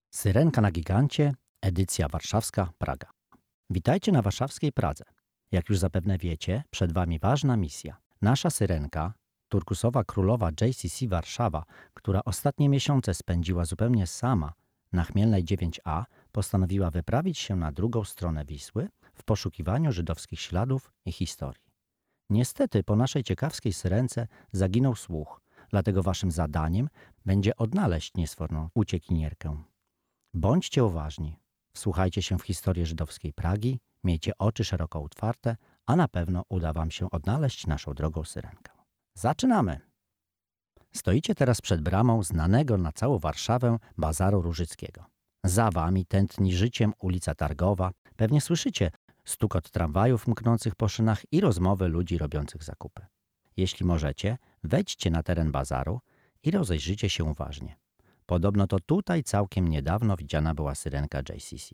Syrenka na gigancie, edycja warszawska, Praga. Witajcie na warszawskiej Pradze. Jak już zapewne wiecie, przed Wami ważna misja. Nasza Syrenka, turkusowa królowa JCC Warszawa, która ostatnie miesiące spędziła zupełnie sama na Chmielnej 9A, postanowiła wyprawić się na drugą stronę Wisły w poszukiwaniu żydowskich śladów i historii. Niestety po naszej ciekawskiej Syrence zaginął słuch, dlatego Waszym zadaniem będzie odnaleźć niesforną uciekinierkę. Bądźcie uważni, wsłuchajcie się w historię żydowskiej Pragi, miejcie oczy szeroko otwarte, a na pewno uda Wam się odnaleźć naszą drogą Syrenkę. Zaczynamy! Stoicie teraz przed bramą znanego na całą Warszawę Bazaru Różyckiego. Za Wami tętni życiem ulica Targowa, pewnie słyszycie stukot tramwajów mknących po szynach i rozmowy ludzi robiących zakupy. Jeśli możecie, wejdźcie na teren bazaru i rozejrzyjcie się uważnie. Podobno to tutaj całkiem niedawno widziana była Syrenka JCC.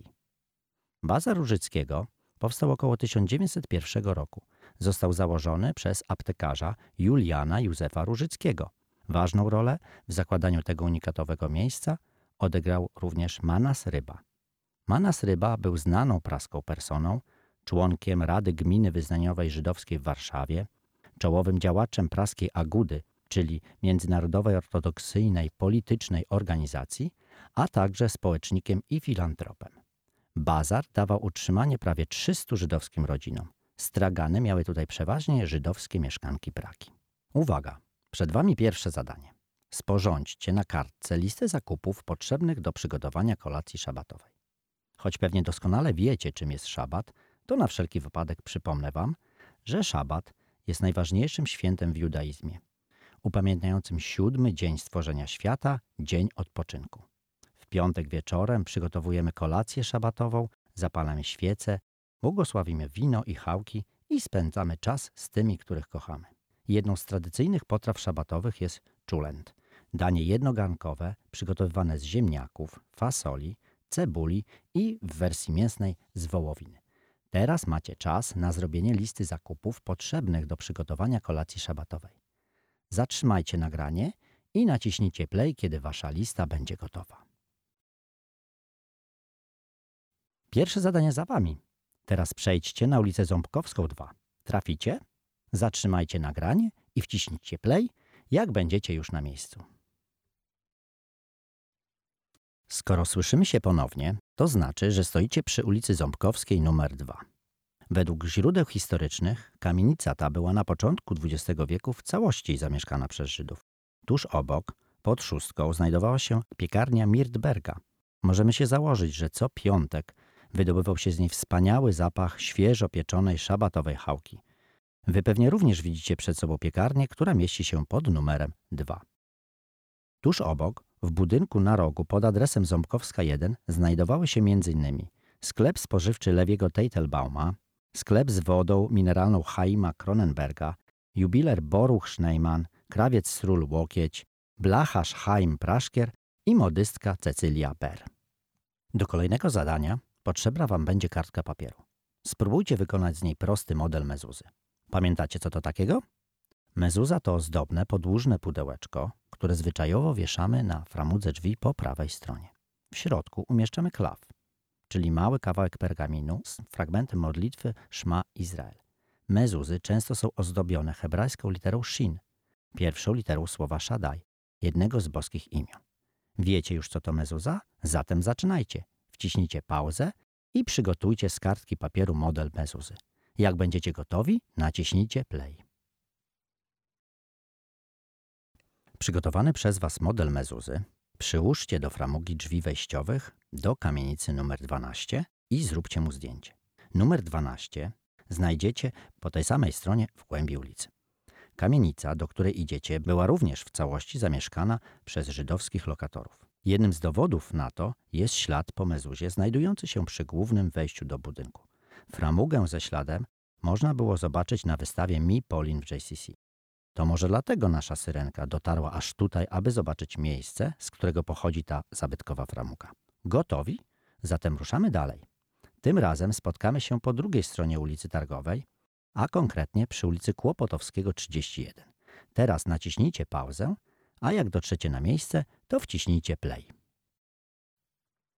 Bazar Różyckiego powstał około 1901 roku. Został założony przez aptekarza Juliana Józefa Różyckiego. Ważną rolę w zakładaniu tego unikatowego miejsca odegrał również Manas Ryba. Manas Ryba był znaną praską personą, członkiem Rady Gminy Wyznaniowej Żydowskiej w Warszawie, czołowym działaczem praskiej Agudy, czyli Międzynarodowej Ortodoksyjnej Politycznej Organizacji, a także społecznikiem i filantropem. Bazar dawał utrzymanie prawie 300 żydowskim rodzinom. Stragany miały tutaj przeważnie żydowskie mieszkanki Pragi. Uwaga! Przed Wami pierwsze zadanie. Sporządźcie na kartce listę zakupów potrzebnych do przygotowania kolacji szabatowej. Choć pewnie doskonale wiecie, czym jest szabat, to na wszelki wypadek przypomnę Wam, że szabat jest najważniejszym świętem w judaizmie, upamiętniającym 7. dzień stworzenia świata, dzień odpoczynku. W piątek wieczorem przygotowujemy kolację szabatową, zapalamy świece, błogosławimy wino i chałki i spędzamy czas z tymi, których kochamy. Jedną z tradycyjnych potraw szabatowych jest czulent, danie jednogarnkowe przygotowywane z ziemniaków, fasoli, cebuli i w wersji mięsnej z wołowiny. Teraz macie czas na zrobienie listy zakupów potrzebnych do przygotowania kolacji szabatowej. Zatrzymajcie nagranie i naciśnijcie play, kiedy Wasza lista będzie gotowa. Pierwsze zadanie za Wami. Teraz przejdźcie na ulicę Ząbkowską 2. Traficie? Zatrzymajcie nagranie i wciśnijcie play, jak będziecie już na miejscu. Skoro słyszymy się ponownie, to znaczy, że stoicie przy ulicy Ząbkowskiej nr 2. Według źródeł historycznych kamienica ta była na początku XX wieku w całości zamieszkana przez Żydów. Tuż obok, pod szóstką, znajdowała się piekarnia Mirtberga. Możemy się założyć, że co piątek wydobywał się z niej wspaniały zapach świeżo pieczonej szabatowej chałki. Wy pewnie również widzicie przed sobą piekarnię, która mieści się pod numerem 2. Tuż obok, w budynku na rogu pod adresem Ząbkowska 1 znajdowały się m.in. sklep spożywczy Lewiego Teitelbauma, sklep z wodą mineralną Chaima Kronenberga, jubiler Boruch Schneiman, krawiec Sról Łokieć, blacharz Chaim Praszkier i modystka Cecylia Ber. Do kolejnego zadania potrzebna Wam będzie kartka papieru. Spróbujcie wykonać z niej prosty model mezuzy. Pamiętacie, co to takiego? Mezuza to ozdobne, podłużne pudełeczko, które zwyczajowo wieszamy na framudze drzwi po prawej stronie. W środku umieszczamy klaw, czyli mały kawałek pergaminu z fragmentem modlitwy Szma Izrael. Mezuzy często są ozdobione hebrajską literą Shin, pierwszą literą słowa Shaddai, jednego z boskich imion. Wiecie już, co to mezuza? Zatem zaczynajcie. Wciśnijcie pauzę i przygotujcie z kartki papieru model mezuzy. Jak będziecie gotowi, naciśnijcie play. Przygotowany przez Was model mezuzy przyłóżcie do framugi drzwi wejściowych do kamienicy numer 12 i zróbcie mu zdjęcie. Numer 12 znajdziecie po tej samej stronie w głębi ulicy. Kamienica, do której idziecie, była również w całości zamieszkana przez żydowskich lokatorów. Jednym z dowodów na to jest ślad po mezuzie znajdujący się przy głównym wejściu do budynku. Framugę ze śladem można było zobaczyć na wystawie Mi Polin w JCC. To może dlatego nasza Syrenka dotarła aż tutaj, aby zobaczyć miejsce, z którego pochodzi ta zabytkowa framuga. Gotowi? Zatem ruszamy dalej. Tym razem spotkamy się po drugiej stronie ulicy Targowej, a konkretnie przy ulicy Kłopotowskiego 31. Teraz naciśnijcie pauzę, a jak dotrzecie na miejsce, to wciśnijcie play.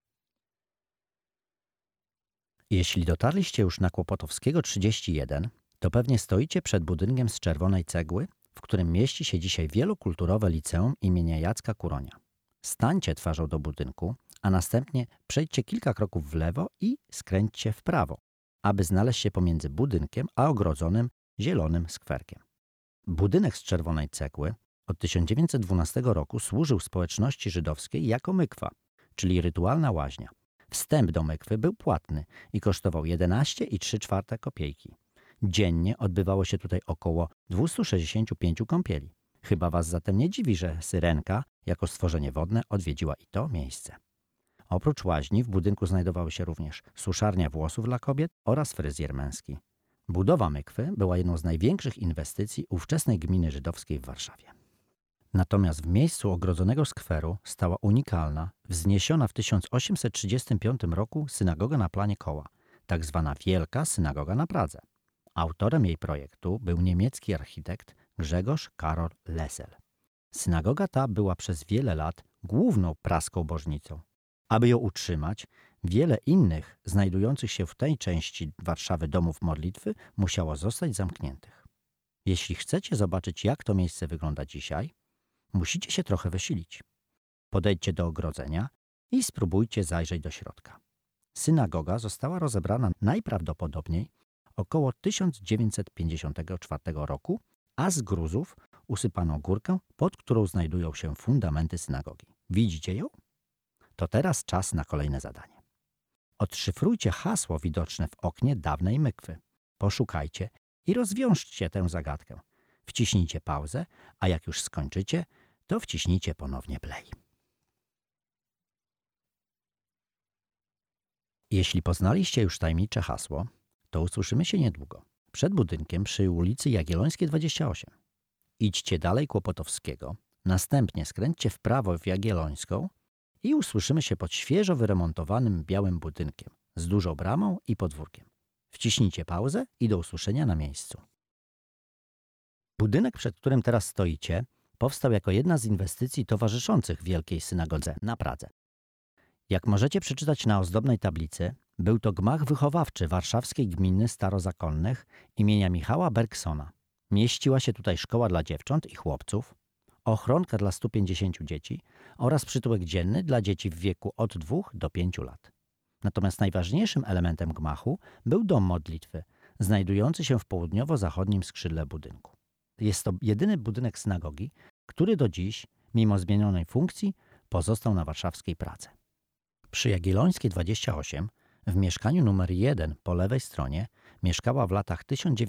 Jeśli dotarliście już na Kłopotowskiego 31, to pewnie stoicie przed budynkiem z czerwonej cegły, w którym mieści się dzisiaj wielokulturowe liceum imienia Jacka Kuronia. Stańcie twarzą do budynku, a następnie przejdźcie kilka kroków w lewo i skręćcie w prawo, aby znaleźć się pomiędzy budynkiem a ogrodzonym zielonym skwerkiem. Budynek z czerwonej cegły od 1912 roku służył społeczności żydowskiej jako mykwa, czyli rytualna łaźnia. Wstęp do mykwy był płatny i kosztował 11,3 kopejki. Dziennie odbywało się tutaj około 265 kąpieli. Chyba was zatem nie dziwi, że Syrenka, jako stworzenie wodne, odwiedziła i to miejsce. Oprócz łaźni w budynku znajdowały się również suszarnia włosów dla kobiet oraz fryzjer męski. Budowa mykwy była jedną z największych inwestycji ówczesnej gminy żydowskiej w Warszawie. Natomiast w miejscu ogrodzonego skweru stała unikalna, wzniesiona w 1835 roku synagoga na planie koła, tak zwana Wielka Synagoga na Pradze. Autorem jej projektu był niemiecki architekt Grzegorz Karol Lessel. Synagoga ta była przez wiele lat główną praską bożnicą. Aby ją utrzymać, wiele innych znajdujących się w tej części Warszawy domów modlitwy musiało zostać zamkniętych. Jeśli chcecie zobaczyć, jak to miejsce wygląda dzisiaj, musicie się trochę wysilić. Podejdźcie do ogrodzenia i spróbujcie zajrzeć do środka. Synagoga została rozebrana najprawdopodobniej około 1954 roku, a z gruzów usypano górkę, pod którą znajdują się fundamenty synagogi. Widzicie ją? To teraz czas na kolejne zadanie. Odszyfrujcie hasło widoczne w oknie dawnej mykwy. Poszukajcie i rozwiążcie tę zagadkę. Wciśnijcie pauzę, a jak już skończycie, to wciśnijcie ponownie play. Jeśli poznaliście już tajemnicze hasło, to usłyszymy się niedługo. Przed budynkiem przy ulicy Jagiellońskiej 28. Idźcie dalej Kłopotowskiego, następnie skręćcie w prawo w Jagiellońską i usłyszymy się pod świeżo wyremontowanym białym budynkiem z dużą bramą i podwórkiem. Wciśnijcie pauzę i do usłyszenia na miejscu. Budynek, przed którym teraz stoicie, powstał jako jedna z inwestycji towarzyszących Wielkiej Synagodze na Pradze. Jak możecie przeczytać na ozdobnej tablicy, był to gmach wychowawczy warszawskiej gminy starozakonnych imienia Michała Bergsona. Mieściła się tutaj szkoła dla dziewcząt i chłopców, ochronka dla 150 dzieci oraz przytułek dzienny dla dzieci w wieku od 2 do 5 lat. Natomiast najważniejszym elementem gmachu był dom modlitwy, znajdujący się w południowo-zachodnim skrzydle budynku. Jest to jedyny budynek synagogi, który do dziś, mimo zmienionej funkcji, pozostał na warszawskiej Pradze. Przy Jagiellońskiej 28, w mieszkaniu numer 1 po lewej stronie, mieszkała w latach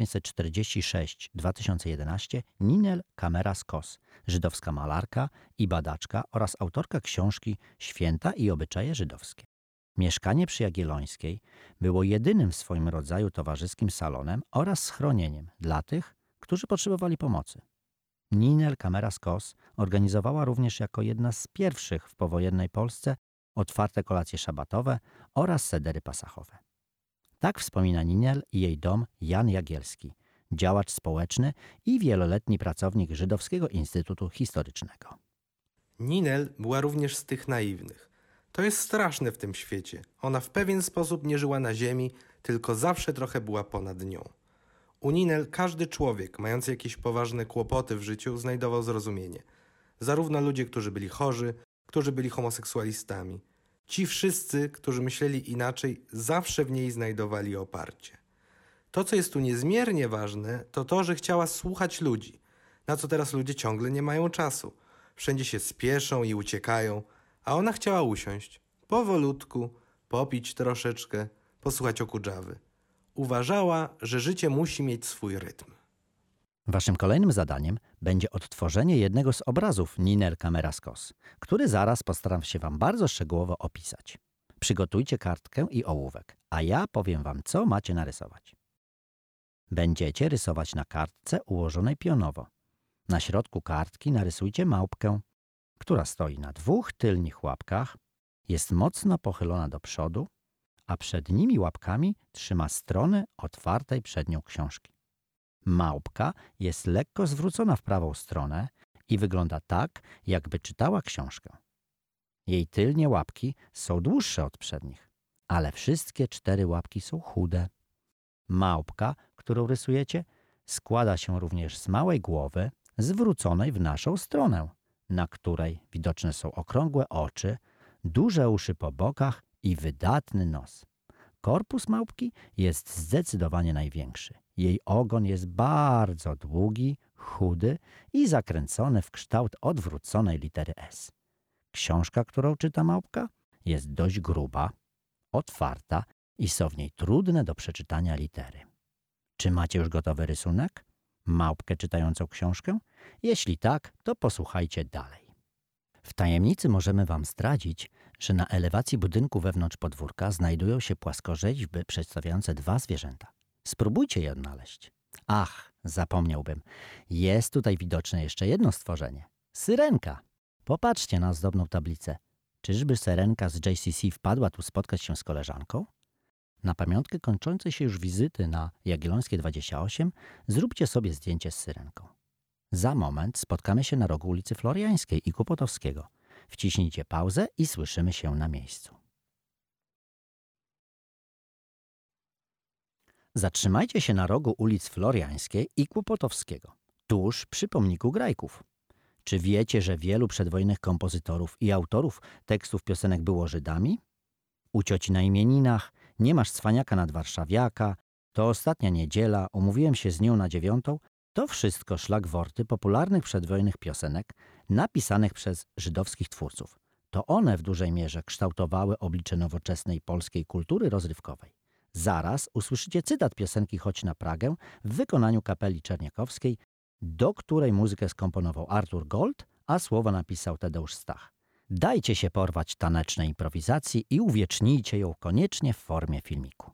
1946-2011 Ninel Kameras-Kos, żydowska malarka i badaczka oraz autorka książki Święta i obyczaje żydowskie. Mieszkanie przy Jagiellońskiej było jedynym w swoim rodzaju towarzyskim salonem oraz schronieniem dla tych, którzy potrzebowali pomocy. Ninel Kameras-Kos organizowała również jako jedna z pierwszych w powojennej Polsce otwarte kolacje szabatowe oraz sedery pasachowe. Tak wspomina Ninel i jej dom Jan Jagielski, działacz społeczny i wieloletni pracownik Żydowskiego Instytutu Historycznego. Ninel była również z tych naiwnych. To jest straszne w tym świecie. Ona w pewien sposób nie żyła na ziemi, tylko zawsze trochę była ponad nią. U Ninel każdy człowiek, mający jakieś poważne kłopoty w życiu, znajdował zrozumienie. Zarówno ludzie, którzy byli chorzy, którzy byli homoseksualistami. Ci wszyscy, którzy myśleli inaczej, zawsze w niej znajdowali oparcie. To, co jest tu niezmiernie ważne, to to, że chciała słuchać ludzi, na co teraz ludzie ciągle nie mają czasu. Wszędzie się spieszą i uciekają, a ona chciała usiąść, powolutku, popić troszeczkę, posłuchać Okudżawy. Uważała, że życie musi mieć swój rytm. Waszym kolejnym zadaniem będzie odtworzenie jednego z obrazów Ninel Kameras-Kos, który zaraz postaram się wam bardzo szczegółowo opisać. Przygotujcie kartkę i ołówek, a ja powiem wam, co macie narysować. Będziecie rysować na kartce ułożonej pionowo. Na środku kartki narysujcie małpkę, która stoi na 2 tylnych łapkach, jest mocno pochylona do przodu, a przed nimi łapkami trzyma stronę otwartej przed nią książki. Małpka jest lekko zwrócona w prawą stronę i wygląda tak, jakby czytała książkę. Jej tylnie łapki są dłuższe od przednich. ale wszystkie 4 łapki są chude. Małpka, którą rysujecie, składa się również z małej głowy zwróconej w naszą stronę, na której widoczne są okrągłe oczy, duże uszy po bokach i wydatny nos. Korpus małpki jest zdecydowanie największy. Jej ogon jest bardzo długi, chudy i zakręcony w kształt odwróconej litery S. Książka, którą czyta małpka, jest dość gruba, otwarta i są w niej trudne do przeczytania litery. Czy macie już gotowy rysunek? Małpkę czytającą książkę? Jeśli tak, to posłuchajcie dalej. W tajemnicy możemy Wam zdradzić, że na elewacji budynku wewnątrz podwórka znajdują się płaskorzeźby przedstawiające 2 zwierzęta. Spróbujcie je odnaleźć. Ach, zapomniałbym. Jest tutaj widoczne jeszcze jedno stworzenie. Syrenka. Popatrzcie na ozdobną tablicę. Czyżby Syrenka z JCC wpadła tu spotkać się z koleżanką? Na pamiątkę kończącej się już wizyty na Jagiellońskiej 28 zróbcie sobie zdjęcie z Syrenką. Za moment spotkamy się na rogu ulicy Floriańskiej i Kłopotowskiego. Wciśnijcie pauzę i słyszymy się na miejscu. Zatrzymajcie się na rogu ulic Floriańskiej i Kłopotowskiego, tuż przy pomniku Grajków. Czy wiecie, że wielu przedwojennych kompozytorów i autorów tekstów piosenek było Żydami? U cioci na imieninach, nie masz cwaniaka nad warszawiaka, to ostatnia niedziela, umówiłem się z nią na 9, to wszystko szlagworty popularnych przedwojennych piosenek napisanych przez żydowskich twórców. To one w dużej mierze kształtowały oblicze nowoczesnej polskiej kultury rozrywkowej. Zaraz usłyszycie cytat piosenki Chodź na Pragę w wykonaniu kapeli czerniakowskiej, do której muzykę skomponował Artur Gold, a słowa napisał Tadeusz Stach. Dajcie się porwać tanecznej improwizacji i uwiecznijcie ją koniecznie w formie filmiku.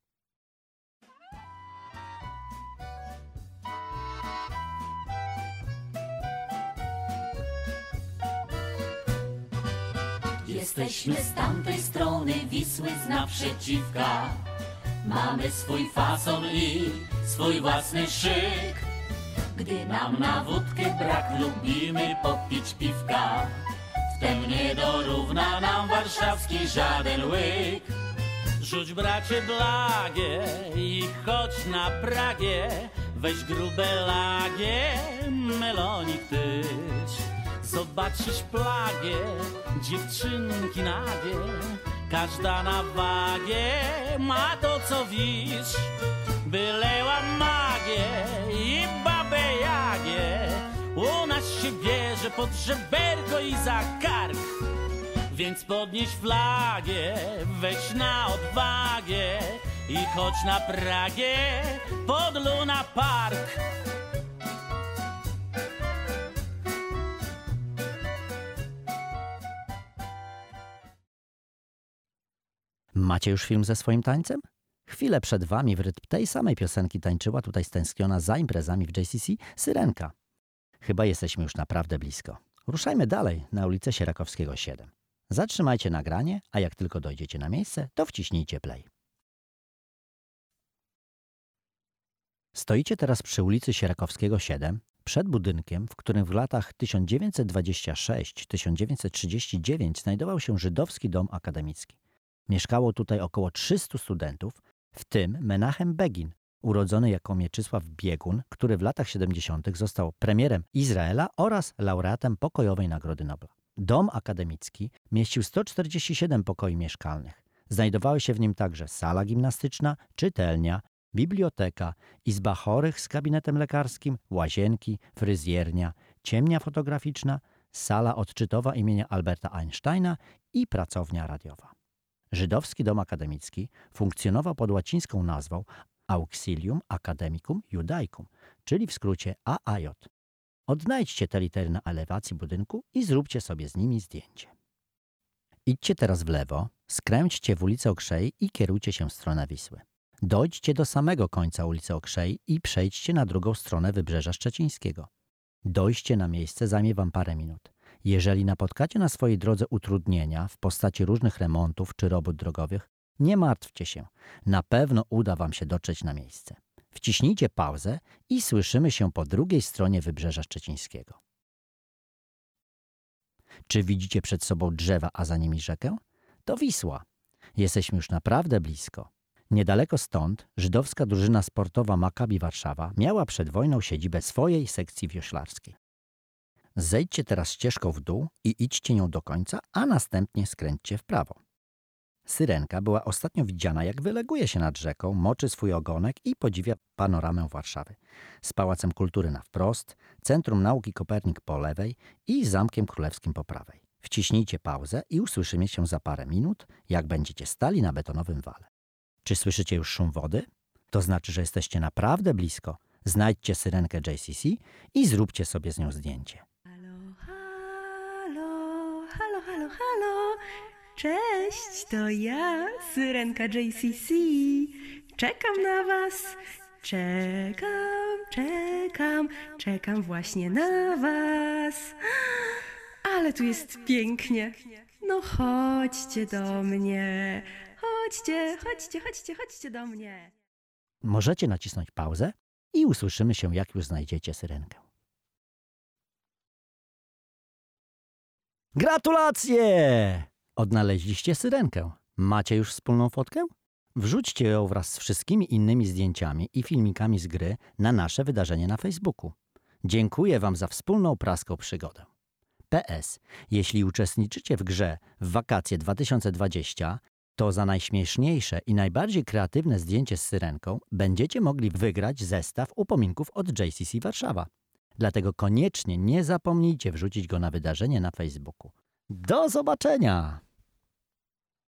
Jesteśmy z tamtej strony Wisły z naprzeciwka. Mamy swój fason i swój własny szyk. Gdy nam na wódkę brak, lubimy popić piwka. Wtem nie dorówna nam warszawski żaden łyk. Rzuć bracie blagie i chodź na Pragię. Weź grube lagie, melonik tyć. Zobaczysz plagę, dziewczynki nagie. Każda na wagę ma to co wisz. Byleła magię i babę jagie. U nas się bierze pod żeberko i za kark. Więc podnieś flagę, weź na odwagę i chodź na Pragę pod Luna Park. Macie już film ze swoim tańcem? Chwilę przed Wami w rytm tej samej piosenki tańczyła tutaj stęskniona za imprezami w JCC Syrenka. Chyba jesteśmy już naprawdę blisko. Ruszajmy dalej na ulicę Sierakowskiego 7. Zatrzymajcie nagranie, a jak tylko dojdziecie na miejsce, to wciśnijcie play. Stoicie teraz przy ulicy Sierakowskiego 7, przed budynkiem, w którym w latach 1926-1939 znajdował się Żydowski Dom Akademicki. Mieszkało tutaj około 300 studentów, w tym Menachem Begin, urodzony jako Mieczysław Biegun, który w latach 70. został premierem Izraela oraz laureatem Pokojowej Nagrody Nobla. Dom akademicki mieścił 147 pokoi mieszkalnych. Znajdowały się w nim także sala gimnastyczna, czytelnia, biblioteka, izba chorych z gabinetem lekarskim, łazienki, fryzjernia, ciemnia fotograficzna, sala odczytowa imienia Alberta Einsteina i pracownia radiowa. Żydowski Dom Akademicki funkcjonował pod łacińską nazwą Auxilium Academicum Judaicum, czyli w skrócie AAJ. Odnajdźcie te litery na elewacji budynku i zróbcie sobie z nimi zdjęcie. Idźcie teraz w lewo, skręćcie w ulicę Okrzei i kierujcie się w stronę Wisły. Dojdźcie do samego końca ulicy Okrzei i przejdźcie na drugą stronę Wybrzeża Szczecińskiego. Dojście na miejsce zajmie Wam parę minut. Jeżeli napotkacie na swojej drodze utrudnienia w postaci różnych remontów czy robót drogowych, nie martwcie się, na pewno uda Wam się dotrzeć na miejsce. Wciśnijcie pauzę i słyszymy się po drugiej stronie Wybrzeża Szczecińskiego. Czy widzicie przed sobą drzewa, a za nimi rzekę? To Wisła. Jesteśmy już naprawdę blisko. Niedaleko stąd żydowska drużyna sportowa Maccabi Warszawa miała przed wojną siedzibę swojej sekcji wioślarskiej. Zejdźcie teraz ścieżką w dół i idźcie nią do końca, a następnie skręćcie w prawo. Syrenka była ostatnio widziana, jak wyleguje się nad rzeką, moczy swój ogonek i podziwia panoramę Warszawy. Z Pałacem Kultury na wprost, Centrum Nauki Kopernik po lewej i Zamkiem Królewskim po prawej. Wciśnijcie pauzę i usłyszymy się za parę minut, jak będziecie stali na betonowym wale. Czy słyszycie już szum wody? To znaczy, że jesteście naprawdę blisko. Znajdźcie syrenkę JCC i zróbcie sobie z nią zdjęcie. Halo, halo, halo, halo, halo. Cześć, to ja, syrenka JCC. Czekam na was. Czekam właśnie na was. Ale tu jest pięknie. No chodźcie do mnie. Chodźcie do mnie. Możecie nacisnąć pauzę i usłyszymy się, jak już znajdziecie syrenkę. Gratulacje! Odnaleźliście syrenkę. Macie już wspólną fotkę? Wrzućcie ją wraz z wszystkimi innymi zdjęciami i filmikami z gry na nasze wydarzenie na Facebooku. Dziękuję Wam za wspólną praską przygodę. PS. Jeśli uczestniczycie w grze w wakacje 2020, to za najśmieszniejsze i najbardziej kreatywne zdjęcie z syrenką będziecie mogli wygrać zestaw upominków od JCC Warszawa. Dlatego koniecznie nie zapomnijcie wrzucić go na wydarzenie na Facebooku. Do zobaczenia!